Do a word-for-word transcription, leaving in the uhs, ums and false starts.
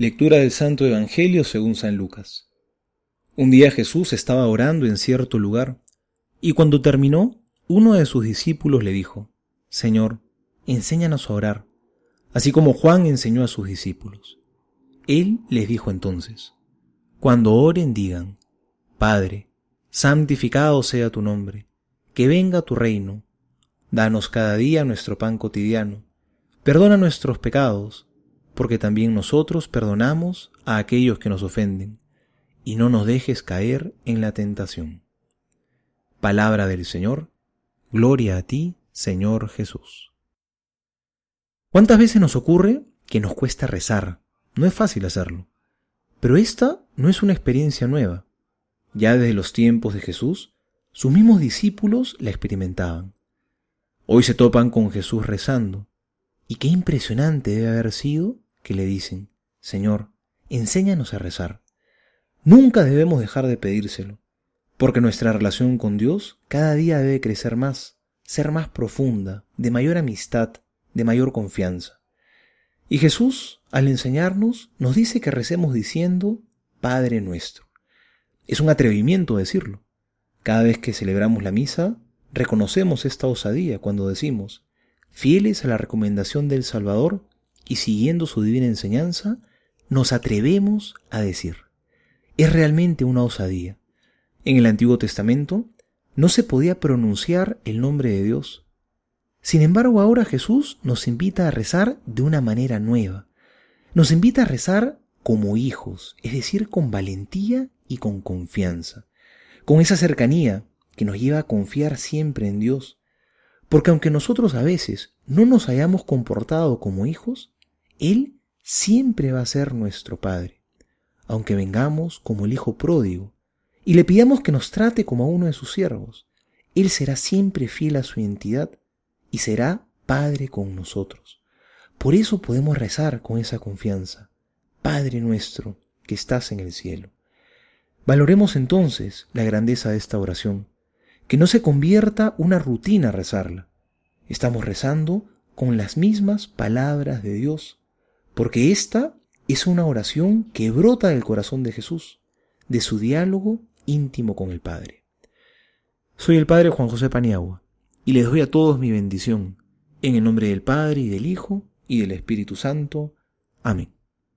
Lectura del Santo Evangelio según San Lucas. Un día Jesús estaba orando en cierto lugar, y cuando terminó, uno de sus discípulos le dijo: Señor, enséñanos a orar, así como Juan enseñó a sus discípulos. Él les dijo entonces: Cuando oren digan: Padre, santificado sea tu nombre, que venga tu reino. Danos cada día nuestro pan cotidiano. Perdona nuestros pecados, porque también nosotros perdonamos a aquellos que nos ofenden, y no nos dejes caer en la tentación. Palabra del Señor. Gloria a ti, Señor Jesús. ¿Cuántas veces nos ocurre que nos cuesta rezar? No es fácil hacerlo. Pero esta no es una experiencia nueva. Ya desde los tiempos de Jesús, sus mismos discípulos la experimentaban. Hoy se topan con Jesús rezando. Y qué impresionante debe haber sido que le dicen: Señor, enséñanos a rezar. Nunca debemos dejar de pedírselo, porque nuestra relación con Dios cada día debe crecer más, ser más profunda, de mayor amistad, de mayor confianza. Y Jesús, al enseñarnos, nos dice que recemos diciendo: Padre nuestro. Es un atrevimiento decirlo. Cada vez que celebramos la misa, reconocemos esta osadía cuando decimos: fieles a la recomendación del Salvador y siguiendo su divina enseñanza, nos atrevemos a decir. Es realmente una osadía. En el Antiguo Testamento no se podía pronunciar el nombre de Dios. Sin embargo, ahora Jesús nos invita a rezar de una manera nueva. Nos invita a rezar como hijos, es decir, con valentía y con confianza, con esa cercanía que nos lleva a confiar siempre en Dios. Porque aunque nosotros a veces no nos hayamos comportado como hijos, Él siempre va a ser nuestro Padre. Aunque vengamos como el hijo pródigo y le pidamos que nos trate como a uno de sus siervos, Él será siempre fiel a su identidad y será Padre con nosotros. Por eso podemos rezar con esa confianza: Padre nuestro que estás en el cielo. Valoremos entonces la grandeza de esta oración. Que no se convierta una rutina rezarla. Estamos rezando con las mismas palabras de Dios, porque esta es una oración que brota del corazón de Jesús, de su diálogo íntimo con el Padre. Soy el Padre Juan José Paniagua, y les doy a todos mi bendición, en el nombre del Padre, y del Hijo, y del Espíritu Santo. Amén.